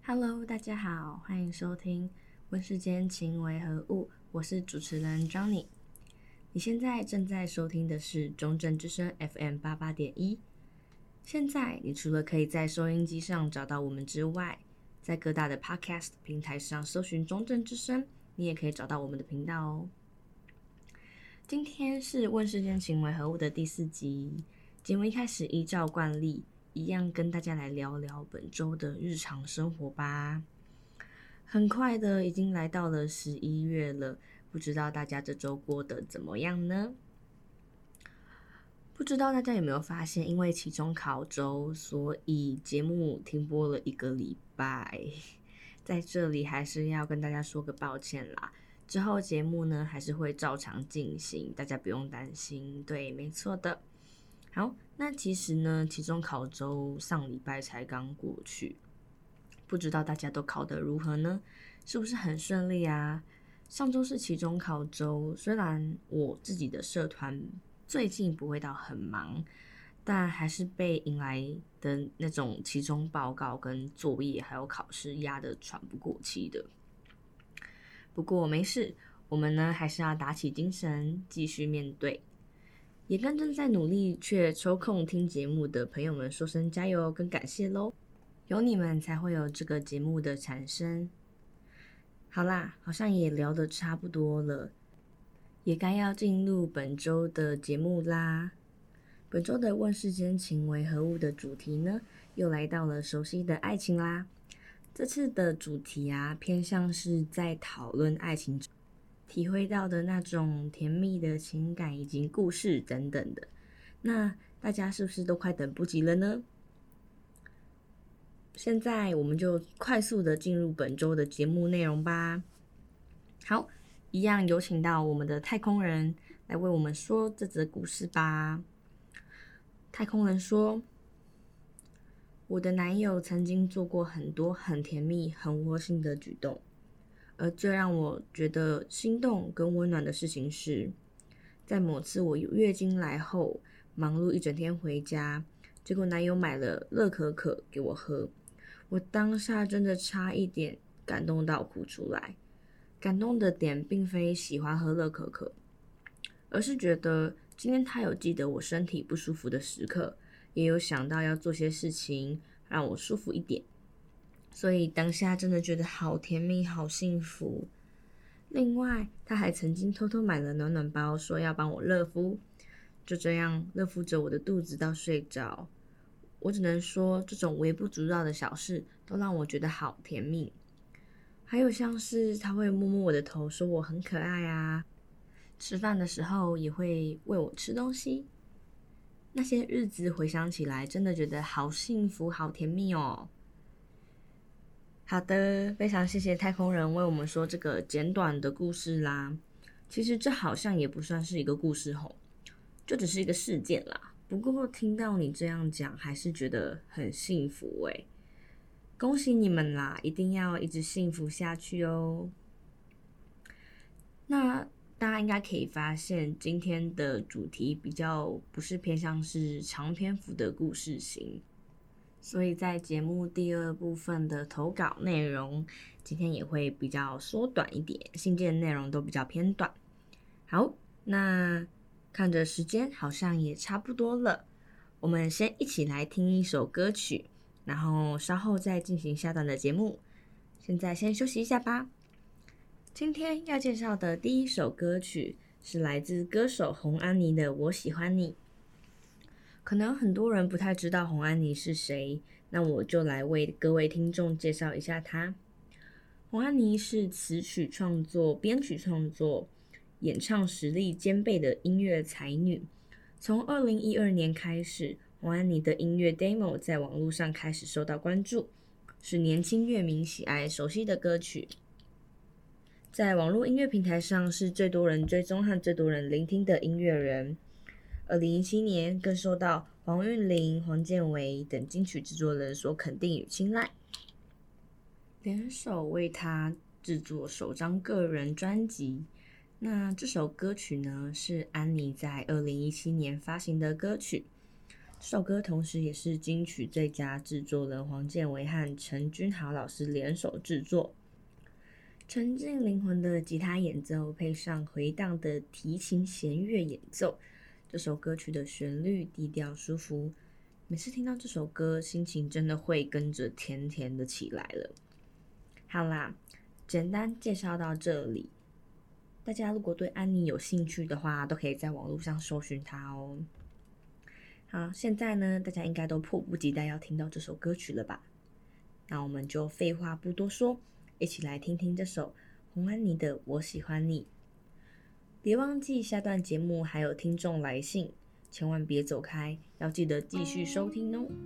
Hello，大家好，欢迎收听《问世间情为何物》，我是主持人 Johnny。你现在正在收听的是中正之声 FM88.1。现在你除了可以在收音机上找到我们之外，在各大的 Podcast 平台上搜寻中正之声，你也可以找到我们的频道哦。今天是《问世间情为何物》的第4集。节目一开始依照惯例，一样跟大家来聊聊本周的日常生活吧。很快的已经来到了11月了，不知道大家这周过得怎么样呢？不知道大家有没有发现，因为期中考周，所以节目停播了1个礼拜。在这里还是要跟大家说个抱歉啦，之后节目呢还是会照常进行，大家不用担心。对，没错的。好，那其实呢，期中考周上礼拜才刚过去，不知道大家都考得如何呢？是不是很顺利啊？上周是期中考周，虽然我自己的社团最近不会到很忙，但还是被迎来的那种期中报告跟作业还有考试压得喘不过气的。不过没事，我们呢还是要打起精神，继续面对。也跟正在努力却抽空听节目的朋友们说声加油跟感谢咯，有你们才会有这个节目的产生。好啦，好像也聊得差不多了，也该要进入本周的节目啦。本周的问世间情为何物的主题呢，又来到了熟悉的爱情啦。这次的主题啊，偏向是在讨论爱情体会到的那种甜蜜的情感以及故事等等的。那大家是不是都快等不及了呢？现在我们就快速的进入本周的节目内容吧。好，一样有请到我们的太空人来为我们说这则故事吧。太空人说，我的男友曾经做过很多很甜蜜很窝心的举动，而最让我觉得心动跟温暖的事情是，在某次我月经来后忙碌一整天回家，结果男友买了乐可可给我喝，我当下真的差一点感动到哭出来。感动的点并非喜欢喝乐可可，而是觉得今天他有记得我身体不舒服的时刻，也有想到要做些事情让我舒服一点，所以当下真的觉得好甜蜜好幸福。另外他还曾经偷偷买了暖暖包，说要帮我热敷，就这样热敷着我的肚子到睡着。我只能说，这种微不足道的小事都让我觉得好甜蜜。还有像是他会摸摸我的头，说我很可爱啊，吃饭的时候也会喂我吃东西。那些日子回想起来，真的觉得好幸福好甜蜜哦。好的，非常谢谢太空人为我们说这个简短的故事啦。其实这好像也不算是一个故事吼，就只是一个事件啦。不过听到你这样讲，还是觉得很幸福欸。恭喜你们啦，一定要一直幸福下去哦。那大家应该可以发现，今天的主题比较不是偏向是长篇幅的故事型，所以在节目第2部分的投稿内容，今天也会比较缩短一点，信件内容都比较偏短。好，那看着时间好像也差不多了，我们先一起来听一首歌曲，然后稍后再进行下段的节目。现在先休息一下吧。今天要介绍的第一首歌曲是来自歌手洪安妮的《我喜欢你》。可能很多人不太知道洪安妮是谁，那我就来为各位听众介绍一下她。洪安妮是词曲创作、编曲创作、演唱实力兼备的音乐才女。从2012年开始，洪安妮的音乐 demo 在网络上开始受到关注，是年轻乐迷喜爱熟悉的歌曲。在网络音乐平台上是最多人追踪和最多人聆听的音乐人。2017年更受到黄韵玲、黄建维等金曲制作人所肯定与青睐，联手为他制作首张个人专辑。那这首歌曲呢，是安妮在2017年发行的歌曲。 这首歌同时也是金曲最佳制作人黄建伟和陈君豪老师联手制作，沉浸灵魂的吉他演奏配上回荡的提琴弦乐演奏，这首歌曲的旋律低调舒服，每次听到这首歌，心情真的会跟着甜甜的起来了。好啦，简单介绍到这里，大家如果对安妮有兴趣的话，都可以在网络上搜寻她哦。好，现在呢，大家应该都迫不及待要听到这首歌曲了吧？那我们就废话不多说，一起来听听这首洪安妮的《我喜欢你》。别忘记下段节目还有听众来信，千万别走开，要记得继续收听哦。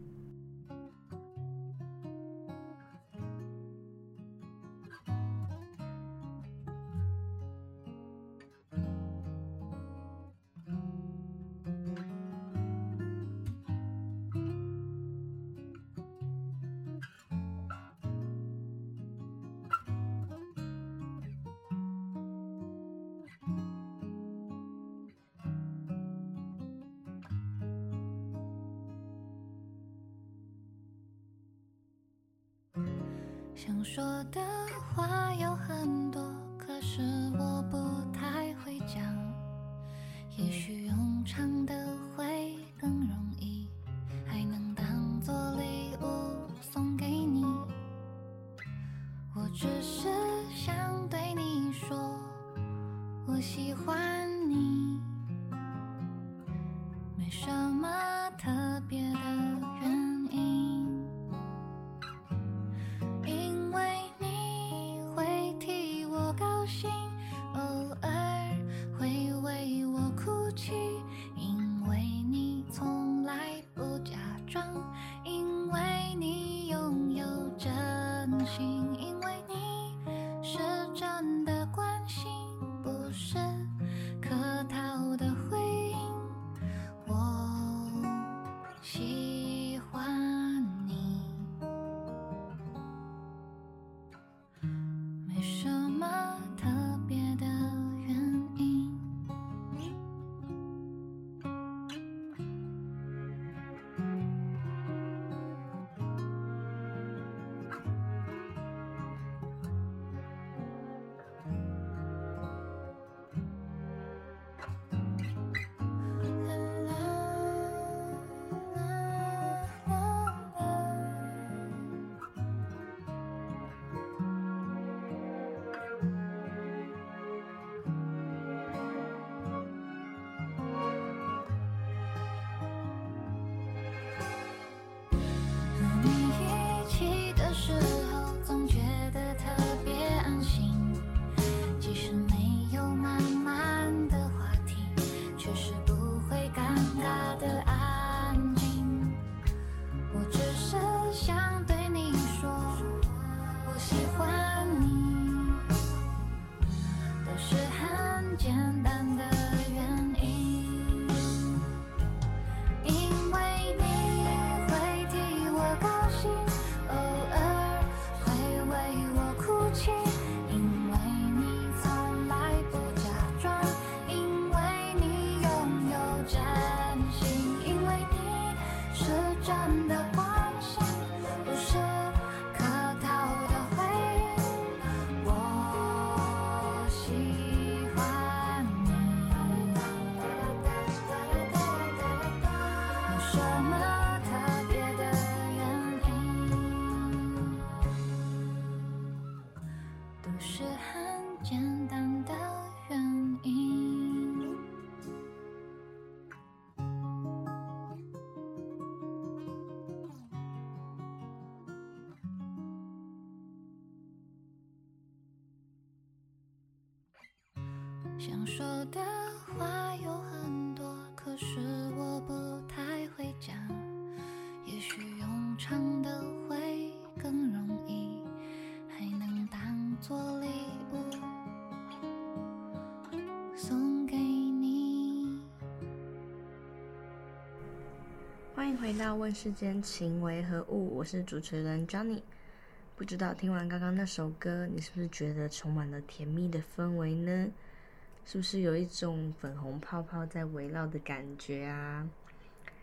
想说的话有很多，可是我不太会讲。也许用唱的会更容易，还能当作礼物送给你。我只是想对你说，我喜欢你，没什么特别的原因。因为你会替我高兴，偶尔会为我哭泣，因为你从来不假装，因为你拥有真心，因为你是真的关心，不是客套的回应。我喜欢你，没什么特别的原因。和你一起的时候，总觉得特别安心，即使没有满满的话题，却是不会尴尬的安静。我只是想对你说，我喜欢你，都是很简单的原因。因为你会替我高兴，偶尔会为我哭泣，因为你从来不假装，因为你拥有真心，因为你是真的关心，不是客套的回应。我喜欢你，有什么特别的原因，都是很简单的原因。想说的话有很多，可是我不太会讲。也许用唱的会更容易，还能当作礼物送给你。 欢迎回到问世间情为何物，我是主持人 Johnny。不知道听完刚刚那首歌，你是不是觉得充满了甜蜜的氛围呢？是不是有一种粉红泡泡在围绕的感觉啊？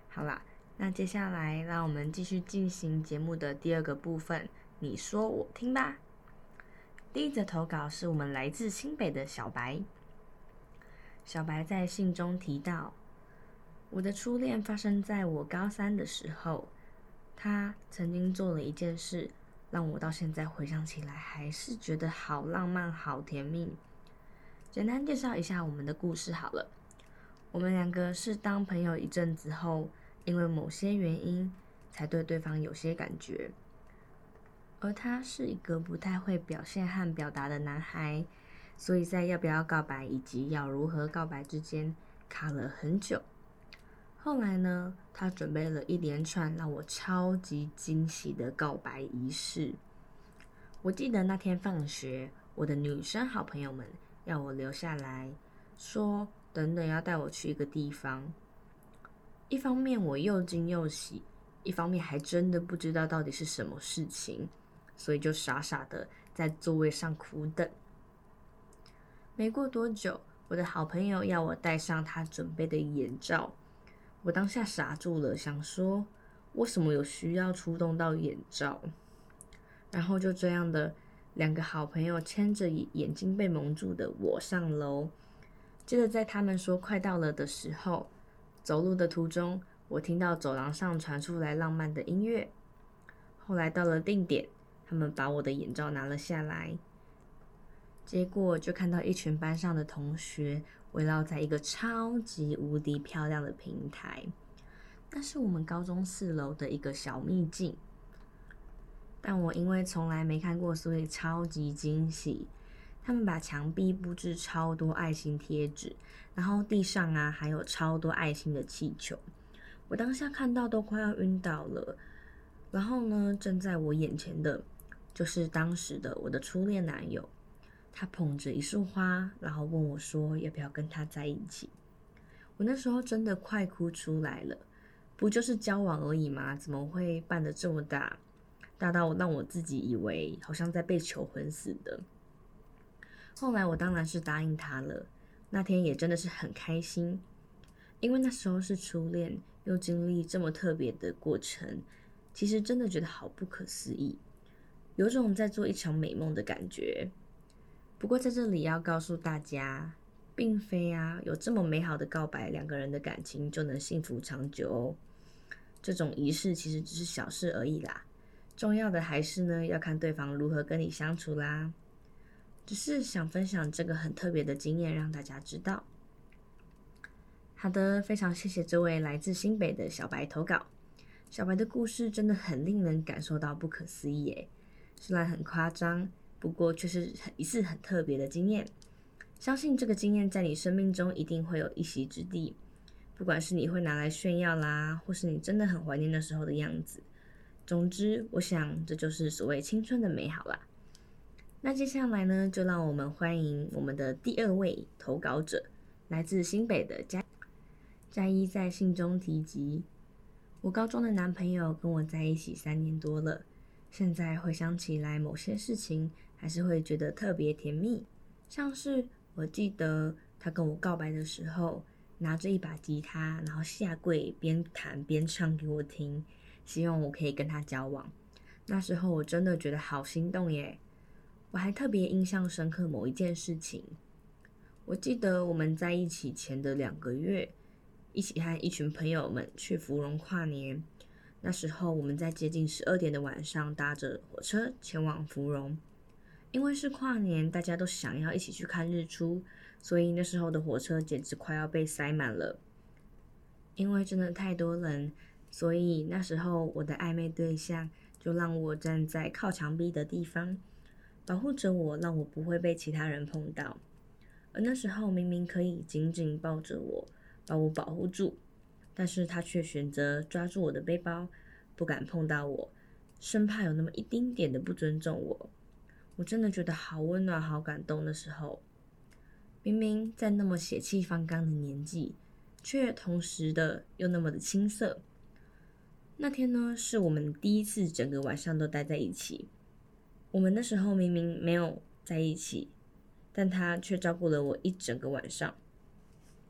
好啦，那接下来让我们继续进行节目的第二个部分，你说我听吧。第一则投稿是我们来自新北的小白。小白在信中提到，我的初恋发生在我高3的时候，他曾经做了一件事，让我到现在回想起来还是觉得好浪漫好甜蜜。简单介绍一下我们的故事好了。我们两个是当朋友一阵子后，因为某些原因才对对方有些感觉。而他是一个不太会表现和表达的男孩，所以在要不要告白以及要如何告白之间卡了很久。后来呢，他准备了一连串让我超级惊喜的告白仪式。我记得那天放学，我的女生好朋友们要我留下来，说等等要带我去一个地方。一方面我又惊又喜，一方面还真的不知道到底是什么事情，所以就傻傻的在座位上苦等。没过多久，我的好朋友要我戴上他准备的眼罩，我当下傻住了，想说为什么有需要出动到眼罩？然后就这样的，两个好朋友牵着眼睛被蒙住的我上楼。接着在他们说快到了的时候，走路的途中，我听到走廊上传出来浪漫的音乐。后来到了定点，他们把我的眼罩拿了下来，结果就看到一群班上的同学围绕在一个超级无敌漂亮的平台，那是我们高中4楼的一个小秘境。但我因为从来没看过，所以超级惊喜。他们把墙壁布置超多爱心贴纸，然后地上啊还有超多爱心的气球。我当下看到都快要晕倒了。然后呢，正在我眼前的就是当时的我的初恋男友，他捧着一束花，然后问我说要不要跟他在一起。我那时候真的快哭出来了，不就是交往而已吗？怎么会办得这么大？大到让我自己以为好像在被求婚似的。后来我当然是答应他了，那天也真的是很开心，因为那时候是初恋，又经历这么特别的过程，其实真的觉得好不可思议，有种在做一场美梦的感觉。不过在这里要告诉大家，并非有这么美好的告白，两个人的感情就能幸福长久哦。这种仪式其实只是小事而已啦，重要的还是呢，要看对方如何跟你相处啦。只是想分享这个很特别的经验让大家知道。好的，非常谢谢这位来自新北的小白投稿。小白的故事真的很令人感受到不可思议耶，虽然很夸张，不过却是一次很特别的经验。相信这个经验在你生命中一定会有一席之地，不管是你会拿来炫耀啦，或是你真的很怀念那时候的样子。总之，我想这就是所谓青春的美好啦。那接下来呢，就让我们欢迎我们的第2位投稿者，来自新北的嘉一在信中提及，我高中的男朋友跟我在一起3年多了，现在回想起来某些事情还是会觉得特别甜蜜，像是我记得他跟我告白的时候，拿着一把吉他，然后下跪边弹边唱给我听，希望我可以跟他交往。那时候我真的觉得好心动耶。我还特别印象深刻某一件事情，我记得我们在一起前的2个月，一起和一群朋友们去芙蓉跨年。那时候我们在接近12点的晚上搭着火车前往芙蓉，因为是跨年，大家都想要一起去看日出，所以那时候的火车简直快要被塞满了。因为真的太多人，所以那时候我的暧昧对象就让我站在靠墙壁的地方，保护着我，让我不会被其他人碰到。而那时候明明可以紧紧抱着我，把我保护住，但是他却选择抓住我的背包，不敢碰到我，生怕有那么一丁点的不尊重我。我真的觉得好温暖，好感动。那时候明明在那么血气方刚的年纪，却同时的又那么的青涩。那天呢，是我们第一次整个晚上都待在一起。我们那时候明明没有在一起，但他却照顾了我一整个晚上。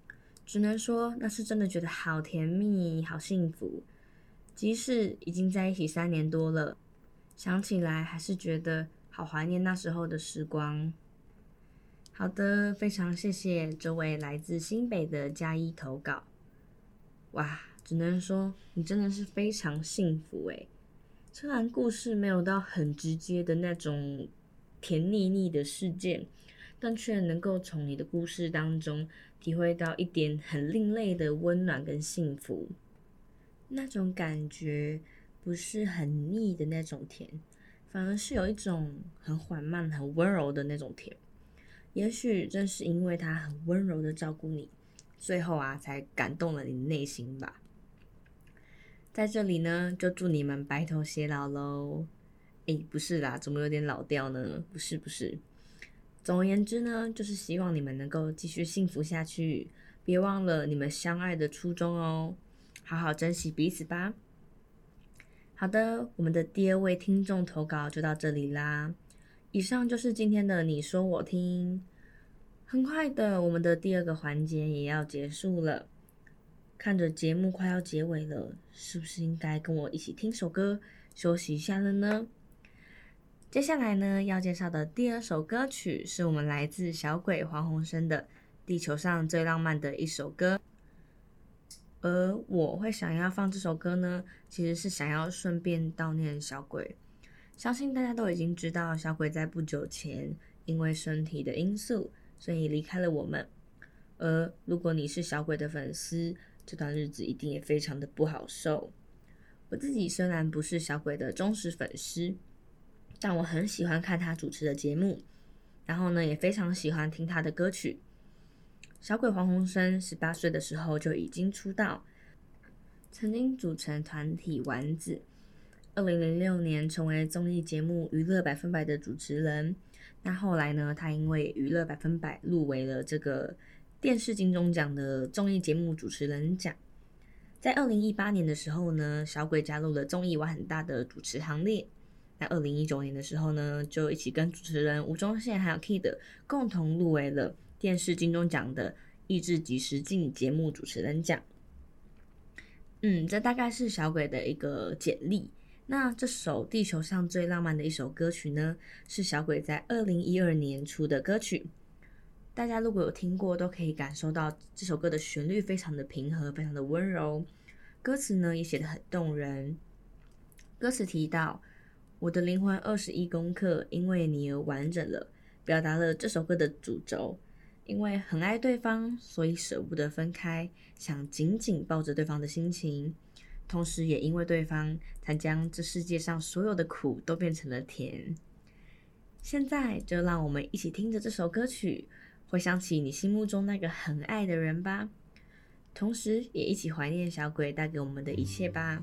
只能说那是真的觉得好甜蜜，好幸福。即使已经在一起3年多了，想起来还是觉得好怀念那时候的时光。好的，非常谢谢这位来自新北的嘉一投稿。哇，只能说你真的是非常幸福诶。虽然故事没有到很直接的那种甜腻腻的事件，但却能够从你的故事当中体会到一点很另类的温暖跟幸福。那种感觉不是很腻的那种甜，反而是有一种很缓慢、很温柔的那种甜。也许正是因为他很温柔的照顾你，最后才感动了你的内心吧。在这里呢，就祝你们白头偕老咯。不是啦，怎么有点老调呢？不是。总而言之呢，就是希望你们能够继续幸福下去，别忘了你们相爱的初衷哦，好好珍惜彼此吧。好的，我们的第2位听众投稿就到这里啦。以上就是今天的你说我听。很快的，我们的第2个环节也要结束了。看着节目快要结尾了，是不是应该跟我一起听首歌休息一下了呢？接下来呢，要介绍的第2首歌曲是我们来自小鬼黄鸿升的《地球上最浪漫的一首歌》。而我会想要放这首歌呢，其实是想要顺便悼念小鬼。相信大家都已经知道，小鬼在不久前因为身体的因素，所以离开了我们。而如果你是小鬼的粉丝，这段日子一定也非常的不好受。我自己虽然不是小鬼的忠实粉丝，但我很喜欢看他主持的节目，然后呢，也非常喜欢听他的歌曲。小鬼黄鸿升18岁的时候就已经出道，曾经组成团体丸子。2006年成为综艺节目《娱乐100%》的主持人。那后来呢，他因为《娱乐100%》入围了这个电视金钟奖的综艺节目主持人奖。在2018年的时候呢，小鬼加入了综艺玩很大的主持行列。那2019年的时候呢，就一起跟主持人吴宗宪还有 Kid 共同入围了电视金钟奖的益智即时竞节目主持人奖。这大概是小鬼的一个简历。那这首地球上最浪漫的一首歌曲呢，是小鬼在2012年出的歌曲。大家如果有听过，都可以感受到这首歌的旋律非常的平和，非常的温柔，歌词呢也写得很动人。歌词提到，我的灵魂21公克因为你而完整了，表达了这首歌的主轴。因为很爱对方，所以舍不得分开，想紧紧抱着对方的心情，同时也因为对方才将这世界上所有的苦都变成了甜。现在就让我们一起听着这首歌曲，回想起你心目中那个很爱的人吧，同时也一起怀念小鬼带给我们的一切吧。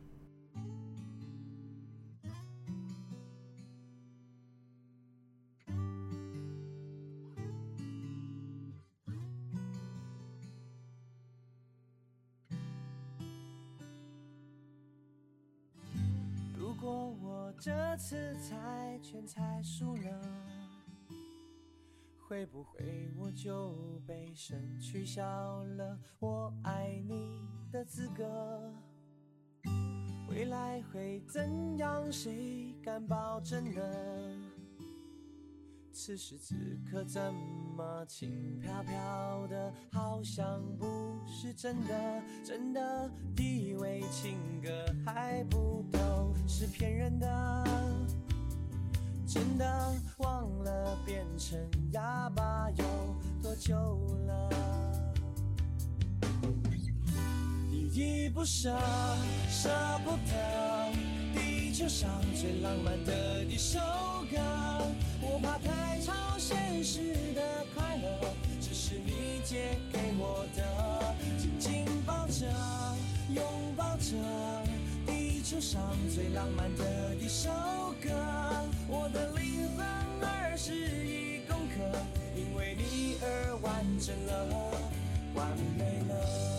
如果我这次猜拳猜输了，会不会我就被神取消了我爱你的资格？未来会怎样，谁敢保证呢？此时此刻怎么轻飘飘的，好像不是真的，真的以为情歌还不够是骗人的，真的忘了变成哑巴有多久了。依依不舍，舍不得，地球上最浪漫的一首歌。我怕太超现实的快乐，只是你借给我的，紧紧抱着，拥抱着，地球上最浪漫的一首歌。我的灵魂21公克，因为你而完整了，完美了。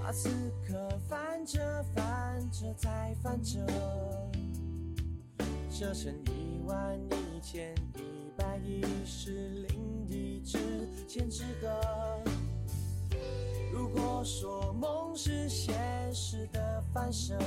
把此刻翻着翻着再翻着，折成11110之千纸鹤。如果说梦是现实的反射，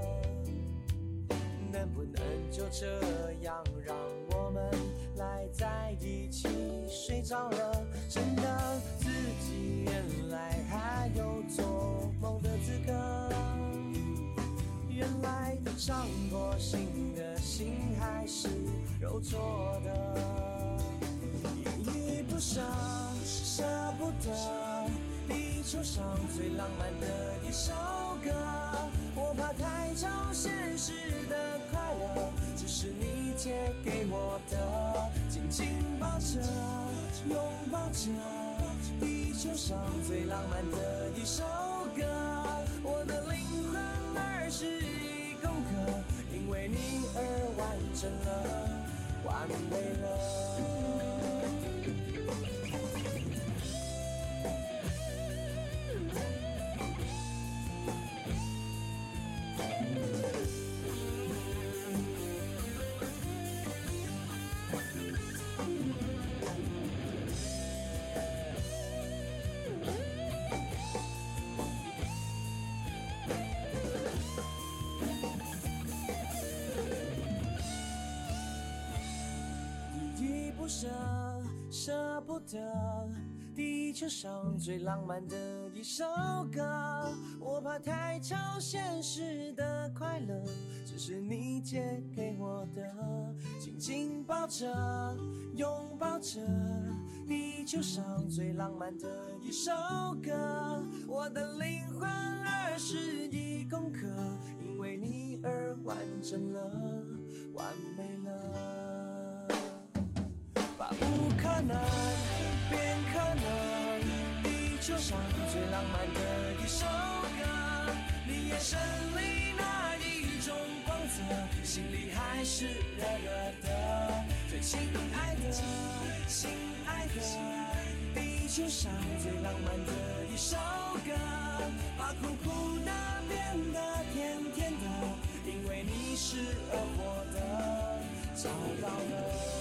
能不能就这样让我们赖在一起睡着了？真的自己原来还有做梦的资格，原来伤过心的心还是肉做的，依依不舍，舍不得，地球上最浪漫的一首歌。我怕太超现实的快乐，只是你借给我的，紧紧抱着，拥抱着，地球上最浪漫的一首歌。我的灵魂21公克，因为你而完整了，完美了。舍不得，地球上最浪漫的一首歌。我怕太超现实的快乐，只是你借给我的，紧紧抱着，拥抱着，地球上最浪漫的一首歌。我的灵魂21公克，因为你而完整了，完美了。把不可能变可能，地球上最浪漫的一首歌。你眼神里那一种光泽，心里还是热热的。最亲爱的，亲爱的，地球上最浪漫的一首歌。把苦苦的变得甜甜的，因为你是而活的，找到了。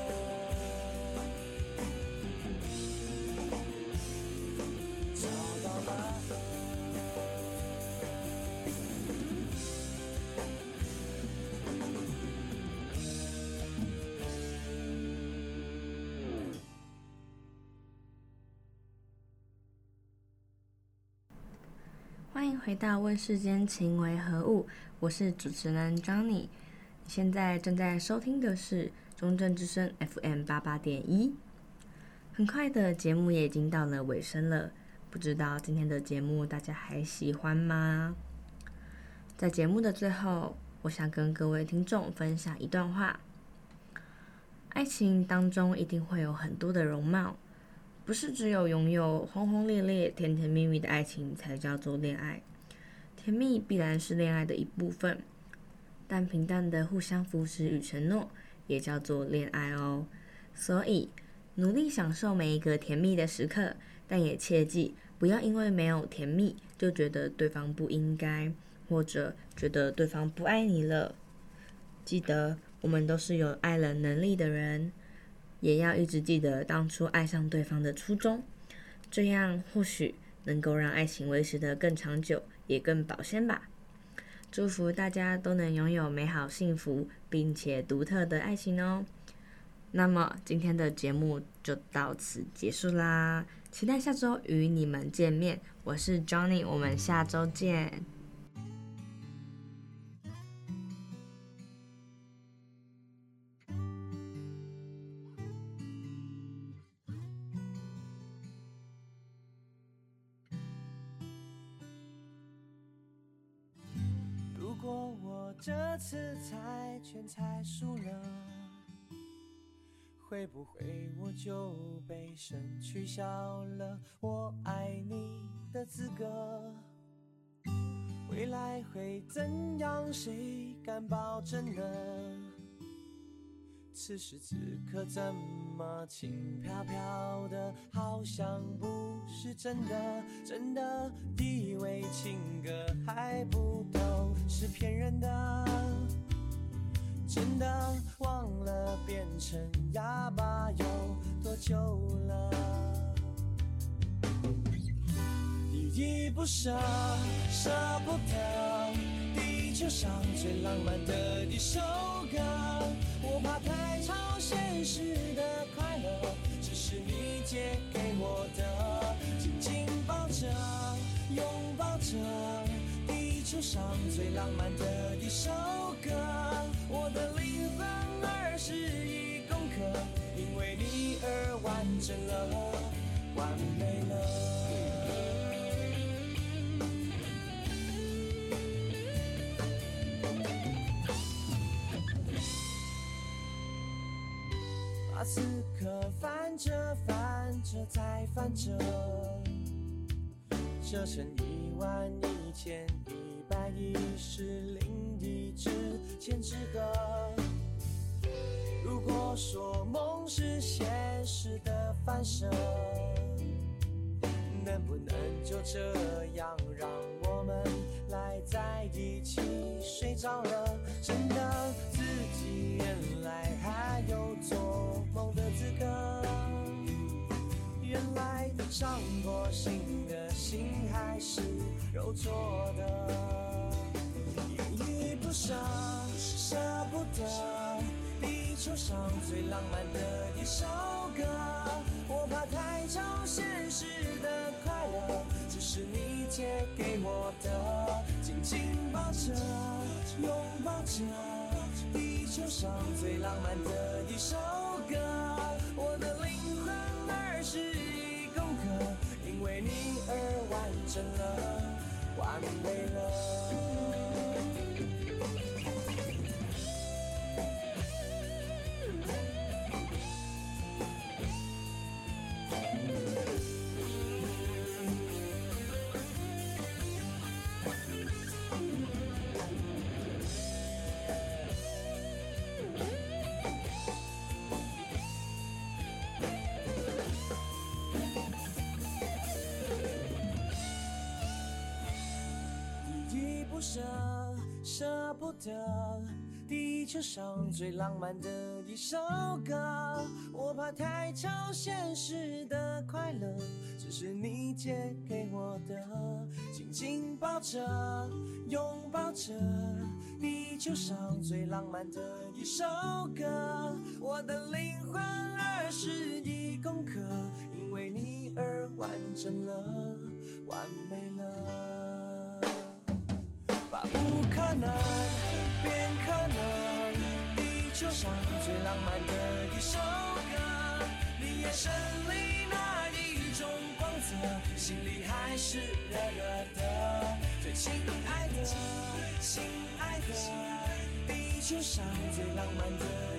欢迎回到问世间情为何物，我是主持人 Johnny。你现在正在收听的是中正之声 FM88.1。很快的节目也已经到了尾声了，不知道今天的节目大家还喜欢吗？在节目的最后，我想跟各位听众分享一段话：爱情当中一定会有很多的容貌，不是只有拥有轰轰烈烈、甜甜蜜蜜的爱情才叫做恋爱。甜蜜必然是恋爱的一部分，但平淡的互相扶持与承诺也叫做恋爱哦。所以努力享受每一个甜蜜的时刻，但也切记不要因为没有甜蜜就觉得对方不应该，或者觉得对方不爱你了。记得我们都是有爱人能力的人，也要一直记得当初爱上对方的初衷，这样或许能够让爱情维持得更长久，也更保鲜吧。祝福大家都能拥有美好幸福并且独特的爱情哦。那么今天的节目就到此结束啦，期待下周与你们见面。我是 Johnny， 我们下周见。 如果我这次猜拳猜输了，会不会我就被神取消了我爱你的资格？未来会怎样，谁敢保证呢？此时此刻怎么轻飘飘的，好像不是是真的，真的以为情歌还不够，是骗人的。真的忘了变成哑巴有多久了？依依不舍，舍不得，地球上最浪漫的一首歌。我怕太超现实的快乐，只是你借给我的，紧紧抱着，拥抱着，地球上最浪漫的一首歌。我的灵魂21公克，因为你而完整了，完美了。马斯克翻着翻着再翻着，折成11110只千纸鹤。如果说梦是现实的反射，能不能就这样让我们赖在一起睡着了？真的自己原来还有做梦的资格，原来伤过心的心还是肉做的。依依不舍，舍不得，地球上最浪漫的一首歌。我怕太超现实的快乐，只是你借给我的，紧紧抱着，拥抱着，地球上最浪漫的一首歌。我的灵魂21公克，因为你而完整了，完美了。舍不得，地球上最浪漫的一首歌。我怕太超现实的快乐，只是你借给我的，紧紧抱着，拥抱着，地球上最浪漫的一首歌。我的灵魂21公克，因为你而完整了，完美了。把不可能变可能，地球上最浪漫的一首歌。你眼神里那一种光泽，心里还是热热的。最亲爱的，亲爱的，地球上最浪漫的